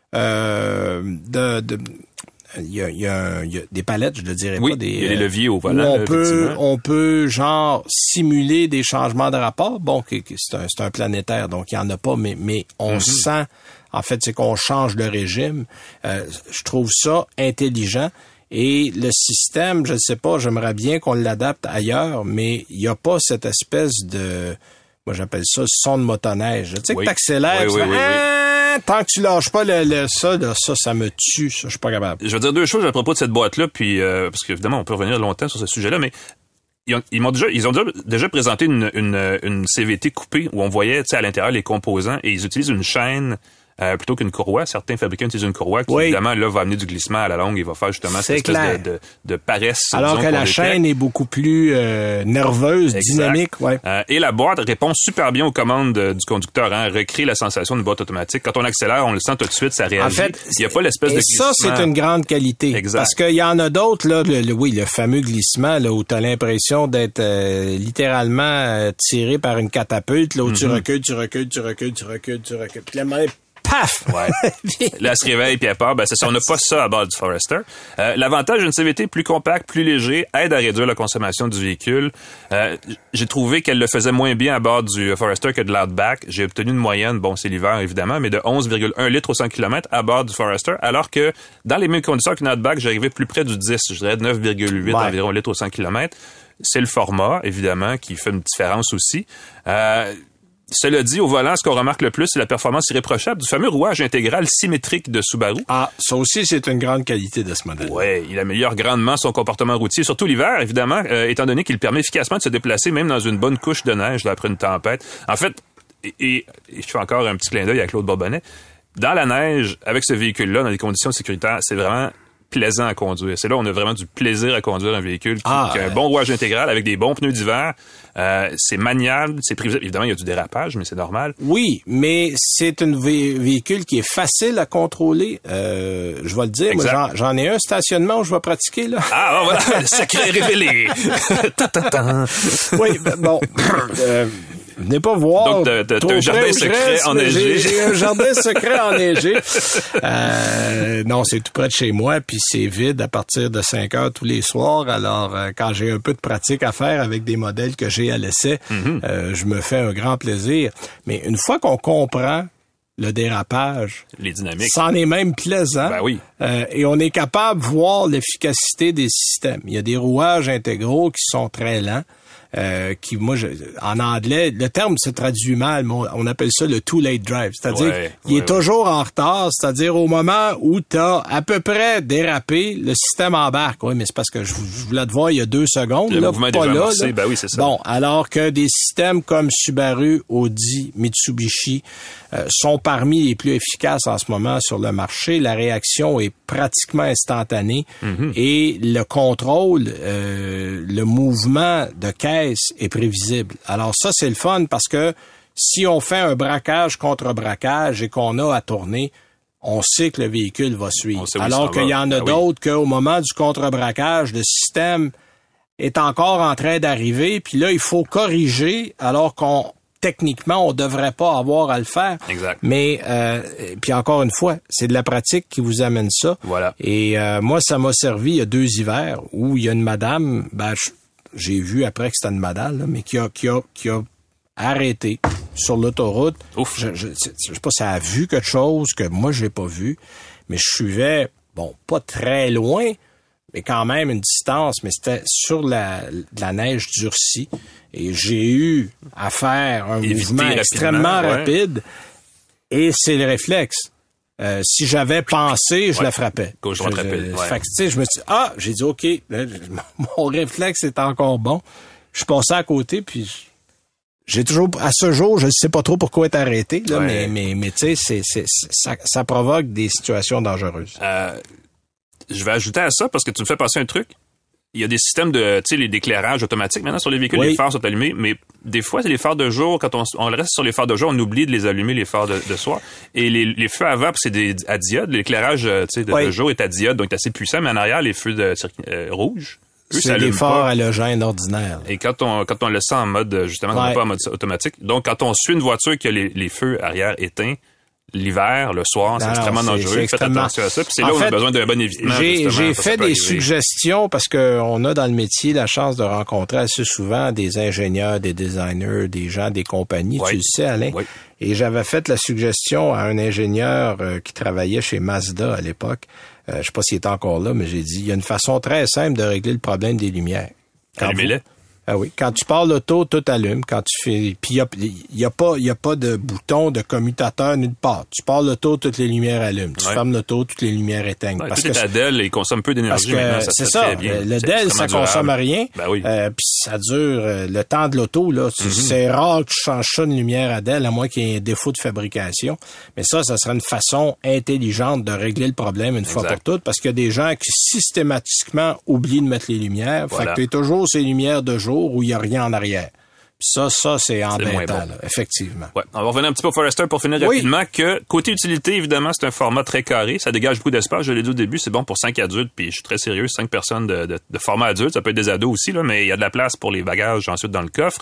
euh, de, de il y a, il y, a, il y a des palettes, je ne dirais oui, pas des. Il y a des leviers au volant. On peut, on peut genre simuler des changements de rapport. Bon, c'est un, c'est un planétaire, donc il y en a pas, mais mais on mm-hmm. sent. En fait, c'est qu'on change le régime. Euh, je trouve ça intelligent. Et le système, je ne sais pas, j'aimerais bien qu'on l'adapte ailleurs, mais il n'y a pas cette espèce de, moi j'appelle ça son de motoneige. Tu sais oui. que t'accélères, oui, tu oui, fais, oui, ah, oui. Tant que tu lâches pas le, le ça, là, ça, ça me tue, ça, je suis pas capable. Je veux dire deux choses à propos de cette boîte-là, puis euh, parce qu'évidemment, on peut revenir longtemps sur ce sujet-là, mais ils ont, ils m'ont déjà, ils ont déjà, déjà présenté une, une, une C V T coupée où on voyait, tu sais, à l'intérieur les composants, et ils utilisent une chaîne. Euh, plutôt qu'une courroie. Certains fabricants utilisent une courroie qui, oui. évidemment, là, va amener du glissement à la longue et va faire justement c'est cette espèce de, de, de paresse. Alors que la chaîne est beaucoup plus euh, nerveuse, exact. Dynamique. Ouais. Euh, et la boîte répond super bien aux commandes de, du conducteur, hein, recrée la sensation d'une boîte automatique. Quand on accélère, on le sent tout de suite, ça réagit. En fait, il n'y a pas l'espèce de glissement. Et ça, c'est une grande qualité. Exact. Parce qu'il y en a d'autres, là, le, le, oui, le fameux glissement, là, où tu as l'impression d'être euh, littéralement euh, tiré par une catapulte, là, où mm-hmm. tu recules, tu recules, tu recules, tu recules, tu recules. Puis là, paf! Ouais. Là, elle se réveille puis elle part. Ben, c'est ça. On n'a pas ça à bord du Forester. Euh, l'avantage d'une C V T plus compacte, plus léger, aide à réduire la consommation du véhicule. Euh, j'ai trouvé qu'elle le faisait moins bien à bord du Forester que de l'Outback. J'ai obtenu une moyenne, bon, c'est l'hiver, évidemment, mais de onze virgule un litres au cent kilomètres à bord du Forester, alors que dans les mêmes conditions qu'une Outback, j'arrivais plus près du dix. Je dirais neuf virgule huit ouais. environ litres au cent kilomètres. C'est le format, évidemment, qui fait une différence aussi. Euh, Cela dit, au volant, ce qu'on remarque le plus, c'est la performance irréprochable du fameux rouage intégral symétrique de Subaru. Ah, ça aussi, c'est une grande qualité de ce modèle. Oui, il améliore grandement son comportement routier, surtout l'hiver, évidemment, euh, étant donné qu'il permet efficacement de se déplacer même dans une bonne couche de neige là, après une tempête. En fait, et, et, et je fais encore un petit clin d'œil à Claude Bourbonnais, dans la neige, avec ce véhicule-là, dans des conditions sécuritaires, c'est vraiment plaisant à conduire. C'est là où on a vraiment du plaisir à conduire un véhicule qui, ah, qui a un bon rouage intégral avec des bons pneus d'hiver. Euh, c'est maniable, c'est prévisible. Évidemment, il y a du dérapage, mais c'est normal. Oui, mais c'est un vé- véhicule qui est facile à contrôler. Euh, je vais le dire, moi, j'en, j'en ai un stationnement où je vais pratiquer, là. Ah, voilà, le secret révélé! Oui, bon... euh, venez pas voir. Donc, t'as, t'as, t'as un jardin secret enneigé. J'ai, j'ai un jardin secret enneigé. Euh, non, c'est tout près de chez moi, puis c'est vide à partir de cinq heures tous les soirs. Alors, euh, quand j'ai un peu de pratique à faire avec des modèles que j'ai à l'essai, mm-hmm. euh, je me fais un grand plaisir. Mais une fois qu'on comprend le dérapage, les dynamiques, c'en est même plaisant. Ben oui. Euh, et on est capable de voir l'efficacité des systèmes. Il y a des rouages intégraux qui sont très lents. Euh, qui, moi, je, en anglais, le terme se traduit mal, mais on, on appelle ça le too late drive. C'est-à-dire ouais, qu'il ouais, est toujours ouais. en retard, c'est-à-dire au moment où t'as à peu près dérapé, le système embarque. Oui, mais c'est parce que je, je voulais te voir il y a deux secondes. Le là, mouvement pas est déjà là, amorcé, là. Ben oui, c'est ça. Bon, alors que des systèmes comme Subaru, Audi, Mitsubishi euh, sont parmi les plus efficaces en ce moment sur le marché. La réaction est pratiquement instantanée mm-hmm. et le contrôle, euh, le mouvement de caisse est prévisible. Alors ça, c'est le fun parce que si on fait un braquage contre braquage et qu'on a à tourner, on sait que le véhicule va suivre. Alors qu'il y en a ah, d'autres oui. qu'au moment du contre-braquage, le système est encore en train d'arriver, puis là, il faut corriger alors qu'on techniquement, on devrait pas avoir à le faire. Exact. Mais, euh, puis encore une fois, c'est de la pratique qui vous amène ça. Voilà. Et euh, moi, ça m'a servi il y a deux hivers où il y a une madame, ben, je, j'ai vu après que c'était une madame, là, mais qui a, qui a, qui a arrêté sur l'autoroute. Ouf. Je, je, je sais pas si elle a vu quelque chose que moi, je n'ai pas vu, mais je suivais, bon, pas très loin, mais quand même une distance, mais c'était sur la, la neige durcie. Et j'ai eu à faire un Éviter mouvement extrêmement ouais. rapide. Et c'est le réflexe. Euh, si j'avais pensé, je ouais. la frappais. Gauche, droite, rapide. Ouais. Fait que, tu sais, je me suis dit, ah, j'ai dit, OK, mon réflexe est encore bon. Je suis passé à côté, puis j'ai toujours, à ce jour, je ne sais pas trop pourquoi être arrêté, là, ouais. mais, mais, mais tu sais, c'est, c'est, ça, ça provoque des situations dangereuses. Euh, je vais ajouter à ça parce que tu me fais passer un truc. Il y a des systèmes de, tu sais, les d'éclairage automatique maintenant sur les véhicules, oui. Les phares sont allumés, mais des fois, c'est les phares de jour. Quand on, on reste sur les phares de jour, on oublie de les allumer, les phares de, de soir. Et les, les feux à vapeur, c'est des, à diode. L'éclairage, tu sais, de, oui. de jour est à diode, donc c'est assez puissant, mais en arrière, les feux de, euh, rouges, eux, c'est des phares halogènes ordinaires. Et quand on, quand on le sent en mode, justement, ouais. pas en mode automatique. Donc, quand on suit une voiture qui a les, les feux arrière éteints, l'hiver, le soir, c'est non, extrêmement non, dangereux. C'est extrêmement... Faites attention à ça. Puis c'est en là où fait, on a besoin d'un bon évitement. J'ai, j'ai fait des arriver. suggestions parce que on a dans le métier la chance de rencontrer assez souvent des ingénieurs, des designers, des gens, des compagnies. Oui. Tu le sais, Alain. Oui. Et j'avais fait la suggestion à un ingénieur euh, qui travaillait chez Mazda à l'époque. Euh, je sais pas s'il est encore là, mais j'ai dit, il y a une façon très simple de régler le problème des lumières. Allumez-les. Ah oui, quand tu pars l'auto, tout allume. Quand tu fais, puis il y a, y a pas, il y a pas de bouton de commutateur nulle part. Tu pars l'auto, toutes les lumières allument. Tu ouais. fermes l'auto, toutes les lumières éteignent. Ouais, parce que la D E L, il consomme peu d'énergie. Maintenant, ça c'est ça. Bien. Le D E L, ça durable. consomme rien. Ben oui. Euh, puis ça dure euh, le temps de l'auto là. Mm-hmm. C'est rare que tu changes ça une lumière à D E L, à moins qu'il y ait un défaut de fabrication. Mais ça, ça serait une façon intelligente de régler le problème une exact. fois pour toutes, parce qu'il y a des gens qui systématiquement oublient de mettre les lumières. Voilà. Fait que tu as toujours ces lumières de jour où il y a rien en arrière. Puis ça, ça, c'est embêtant, bon. là, effectivement. Ouais. On va revenir un petit peu au Forester pour finir oui. rapidement que, côté utilité, évidemment, c'est un format très carré. Ça dégage beaucoup d'espace. Je l'ai dit au début, c'est bon pour cinq adultes, puis je suis très sérieux, cinq personnes de, de, de format adulte. Ça peut être des ados aussi, là, mais il y a de la place pour les bagages ensuite dans le coffre.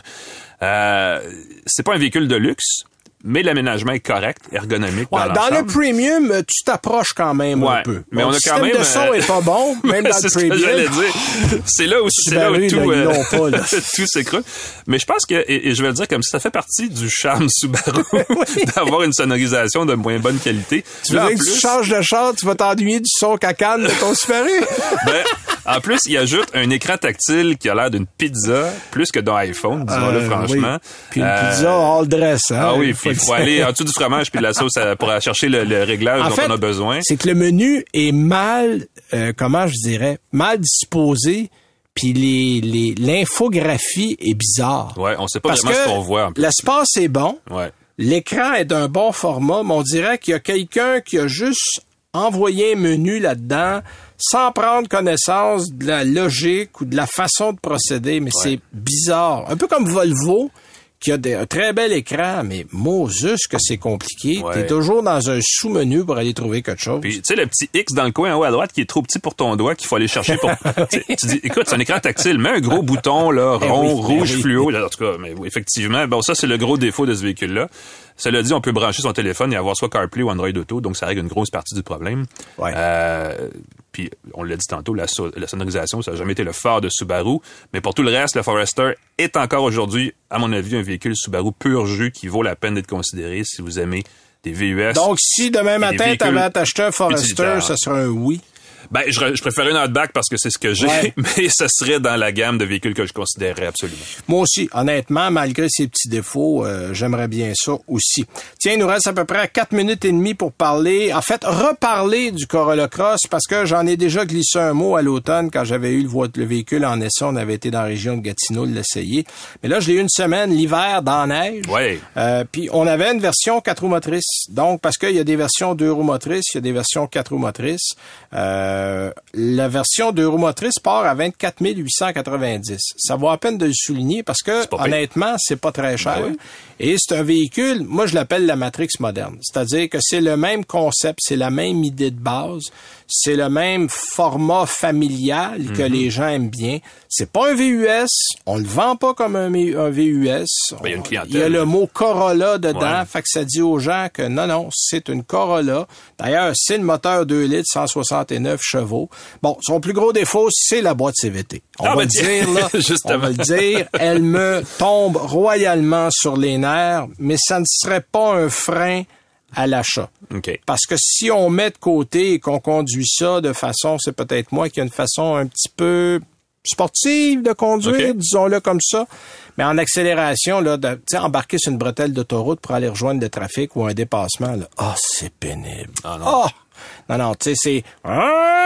Euh, c'est pas un véhicule de luxe, mais l'aménagement est correct, ergonomique. Ouais, dans, dans le premium, tu t'approches quand même ouais, un peu. Mais bon, on a quand même. Le système de son est pas bon, même dans le premium. C'est ce que j'allais dire. C'est là où, c'est là où tout, euh, pas, tout s'écroule. Mais je pense que, et, et je vais le dire comme ça, ça fait partie du charme Subaru oui. d'avoir une sonorisation de moins bonne qualité. Tu veux dire que plus, tu changes de char, tu vas t'ennuyer du son cacane de ton Subaru? Ben, en plus, il ajoute un écran tactile qui a l'air d'une pizza, plus que d'un iPhone, disons-le euh, franchement. Oui. Puis une euh, pizza all dress, hein? Ah oui, puis il faut aller en dessous du fromage puis de la sauce pour aller chercher le, le réglage en dont fait, on a besoin. C'est que le menu est mal, euh, comment je dirais, mal disposé, puis les, les, l'infographie est bizarre. Ouais, on sait pas Parce vraiment ce qu'on voit. En plus. L'espace est bon. Ouais. L'écran est d'un bon format, mais on dirait qu'il y a quelqu'un qui a juste envoyé un menu là-dedans sans prendre connaissance de la logique ou de la façon de procéder, mais ouais. c'est bizarre. Un peu comme Volvo, qui a des, un très bel écran, mais Moses que c'est compliqué. Ouais. T'es toujours dans un sous-menu pour aller trouver quelque chose. Puis, tu sais, le petit X dans le coin en haut à droite qui est trop petit pour ton doigt, qu'il faut aller chercher pour... tu dis, écoute, c'est un écran tactile, mets un gros bouton, là, rond, oui, rouge, oui. fluo. En tout cas, mais oui, effectivement, bon, ça, c'est le gros défaut de ce véhicule-là. Cela dit, on peut brancher son téléphone et avoir soit CarPlay ou Android Auto, donc ça règle une grosse partie du problème. Ouais. Euh, puis, on l'a dit tantôt, la, so- la sonorisation, ça n'a jamais été le fort de Subaru. Mais pour tout le reste, le Forester est encore aujourd'hui, à mon avis, un véhicule Subaru pur jus qui vaut la peine d'être considéré si vous aimez des V U S. Donc, si demain matin, tu avais à t'acheter un Forester, ça serait un oui? Ben, je, je préférais une Outback parce que c'est ce que j'ai, ouais. mais ce serait dans la gamme de véhicules que je considérerais absolument. Moi aussi, honnêtement, malgré ses petits défauts, euh, j'aimerais bien ça aussi. Tiens, il nous reste à peu près quatre minutes et demie pour parler, en fait, reparler du Corolla Cross parce que j'en ai déjà glissé un mot à l'automne quand j'avais eu le, le véhicule en essai. On avait été dans la région de Gatineau l'essayer. Mais là, je l'ai eu une semaine, l'hiver, dans la neige. Ouais. Euh, puis on avait une version quatre roues motrices. Donc, parce qu'il y a des versions deux roues motrices, il y a des versions quatre roues motrices. Euh, Euh, la version deux roues motrices part à vingt-quatre mille huit cent quatre-vingt-dix. Ça vaut à peine de le souligner parce que, c'est honnêtement, c'est pas très cher. Ben oui. Et c'est un véhicule, moi je l'appelle la Matrix moderne. C'est-à-dire que c'est le même concept, c'est la même idée de base, c'est le même format familial que mm-hmm. les gens aiment bien. C'est pas un V U S, on le vend pas comme un, un V U S. Ben, il y a une clientèle. Il y a le mot Corolla dedans, ouais. fait que ça dit aux gens que non, non, c'est une Corolla. D'ailleurs, c'est le moteur deux litres, cent soixante-neuf chevaux. Bon, son plus gros défaut, c'est la boîte C V T. On ah, va ben, le dire, là. On va le dire. Elle me tombe royalement sur les nerfs, mais ça ne serait pas un frein à l'achat. Okay. Parce que si on met de côté et qu'on conduit ça de façon, c'est peut-être moi qui a une façon un petit peu sportive de conduire, okay. disons-le comme ça. Mais en accélération, là, de, tu sais, embarquer sur une bretelle d'autoroute pour aller rejoindre le trafic ou un dépassement, là, ah, oh, c'est pénible. Ah non. Oh! Non, non, tu sais, c'est...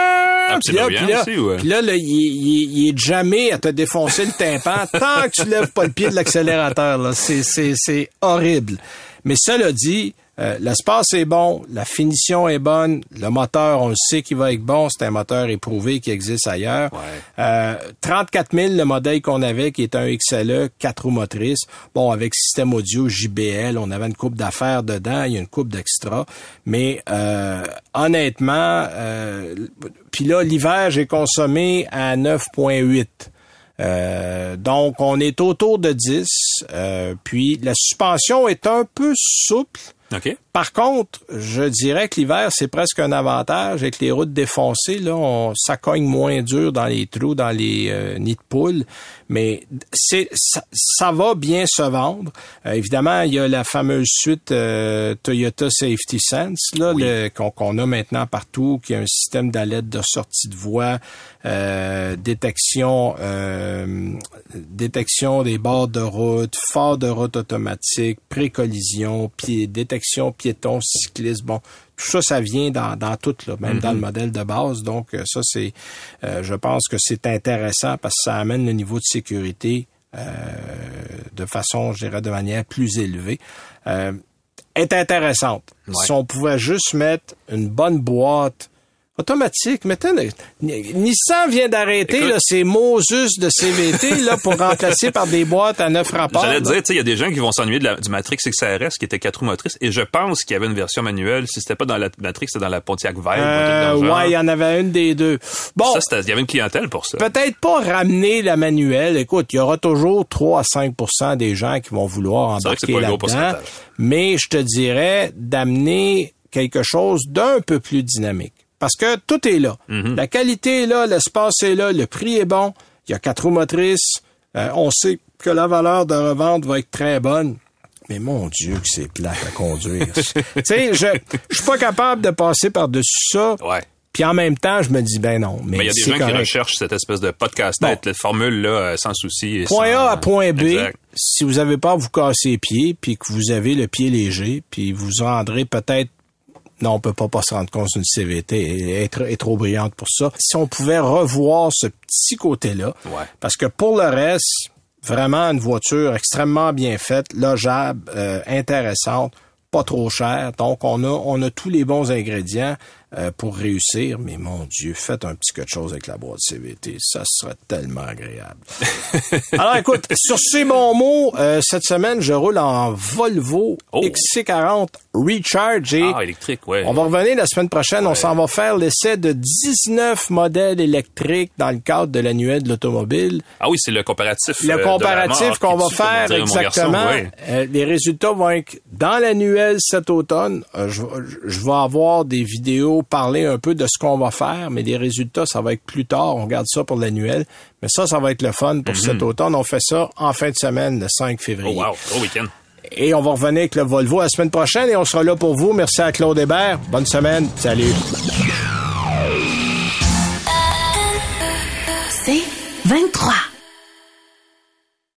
Ah, puis là, puis là, aussi, ouais. puis là, là, il, il, il est jamais à te défoncer le tympan tant que tu lèves pas le pied de l'accélérateur. Là, c'est, c'est, c'est horrible. Mais cela dit, euh, l'espace est bon, la finition est bonne, le moteur, on le sait qu'il va être bon, c'est un moteur éprouvé qui existe ailleurs. Ouais. Euh, trente-quatre mille, le modèle qu'on avait, qui est un X L E, quatre roues motrices. Bon, avec système audio J B L, on avait une coupe d'affaires dedans, il y a une coupe d'extra. Mais euh, honnêtement, euh, puis là, l'hiver, j'ai consommé à neuf virgule huit. Euh, donc, on est autour de dix. Euh, puis, la suspension est un peu souple. OK. Par contre, je dirais que l'hiver, c'est presque un avantage. Avec les routes défoncées, là, on, ça cogne moins dur dans les trous, dans les euh, nids de poules. Mais c'est ça, ça va bien se vendre. Euh, évidemment, il y a la fameuse suite euh, Toyota Safety Sense là, oui. le, qu'on, qu'on a maintenant partout, qui a un système d'alerte de sortie de voie, euh, détection, euh, détection des bords de route, phare de route automatique, pré-collision, pied, détection piéton, cycliste. Bon, tout ça, ça vient dans, dans tout, là, même mm-hmm. dans le modèle de base. Donc, ça, c'est, euh, je pense que c'est intéressant parce que ça amène le niveau de sécurité euh, de façon, je dirais, de manière plus élevée. Euh, est intéressante. Ouais. Si on pouvait juste mettre une bonne boîte automatique. Maintenant, Nissan vient d'arrêter là, ces Moses de C V T là, pour remplacer par des boîtes à neuf rapports. J'allais te dire, tu sais, il y a des gens qui vont s'ennuyer de la, du Matrix X R S qui était quatre roues motrices et je pense qu'il y avait une version manuelle. Si c'était pas dans la Matrix, c'était dans la Pontiac Vibe. Euh, ouais, il y en avait une des deux. Bon. Ça, il y avait une clientèle pour ça. Peut-être pas ramener la manuelle. Écoute, il y aura toujours trois à cinq pour cent des gens qui vont vouloir embarquer là-dedans. Mais je te dirais d'amener quelque chose d'un peu plus dynamique. Parce que tout est là. Mm-hmm. La qualité est là, l'espace est là, le prix est bon. Il y a quatre roues motrices. Euh, on sait que la valeur de revente va être très bonne. Mais mon Dieu que c'est plate à conduire. Tu sais, je je suis pas capable de passer par-dessus ça. Ouais. Puis en même temps, je me dis, ben non. Mais il y a des gens correct. Qui recherchent cette espèce de podcast, bon. Cette formule-là, sans souci. Point sans... A à point B, exact. Si vous avez pas à vous casser les pieds, puis que vous avez le pied léger, puis vous vous rendrez peut-être. Non, on peut pas, pas se rendre compte d'une C V T. Elle est, est trop brillante pour ça. Si on pouvait revoir ce petit côté-là, ouais. Parce que pour le reste, vraiment une voiture extrêmement bien faite, logeable, euh, intéressante, pas trop chère. Donc, on a, on a tous les bons ingrédients euh, pour réussir. Mais mon Dieu, faites un petit quelque chose avec la boîte C V T. Ça serait tellement agréable. Alors, écoute, sur ces bons mots, euh, cette semaine, je roule en Volvo oh. X C quarante Recharge. Et ah, électrique, ouais. On va revenir la semaine prochaine. Ouais. On s'en va faire l'essai de dix-neuf modèles électriques dans le cadre de l'annuel de l'automobile. Ah oui, c'est le comparatif. Le comparatif qu'on va faire, dire, exactement. Garçon, ouais. euh, les résultats vont être dans l'annuel cet automne. Euh, je, je vais avoir des vidéos parler un peu de ce qu'on va faire, mais les résultats, ça va être plus tard. On regarde ça pour l'annuel. Mais ça, ça va être le fun pour mm-hmm. cet automne. On fait ça en fin de semaine, le cinq février. Oh wow, gros week-end. Et on va revenir avec le Volvo la semaine prochaine et on sera là pour vous. Merci à Claude Hébert. Bonne semaine. Salut. C'est vingt-trois.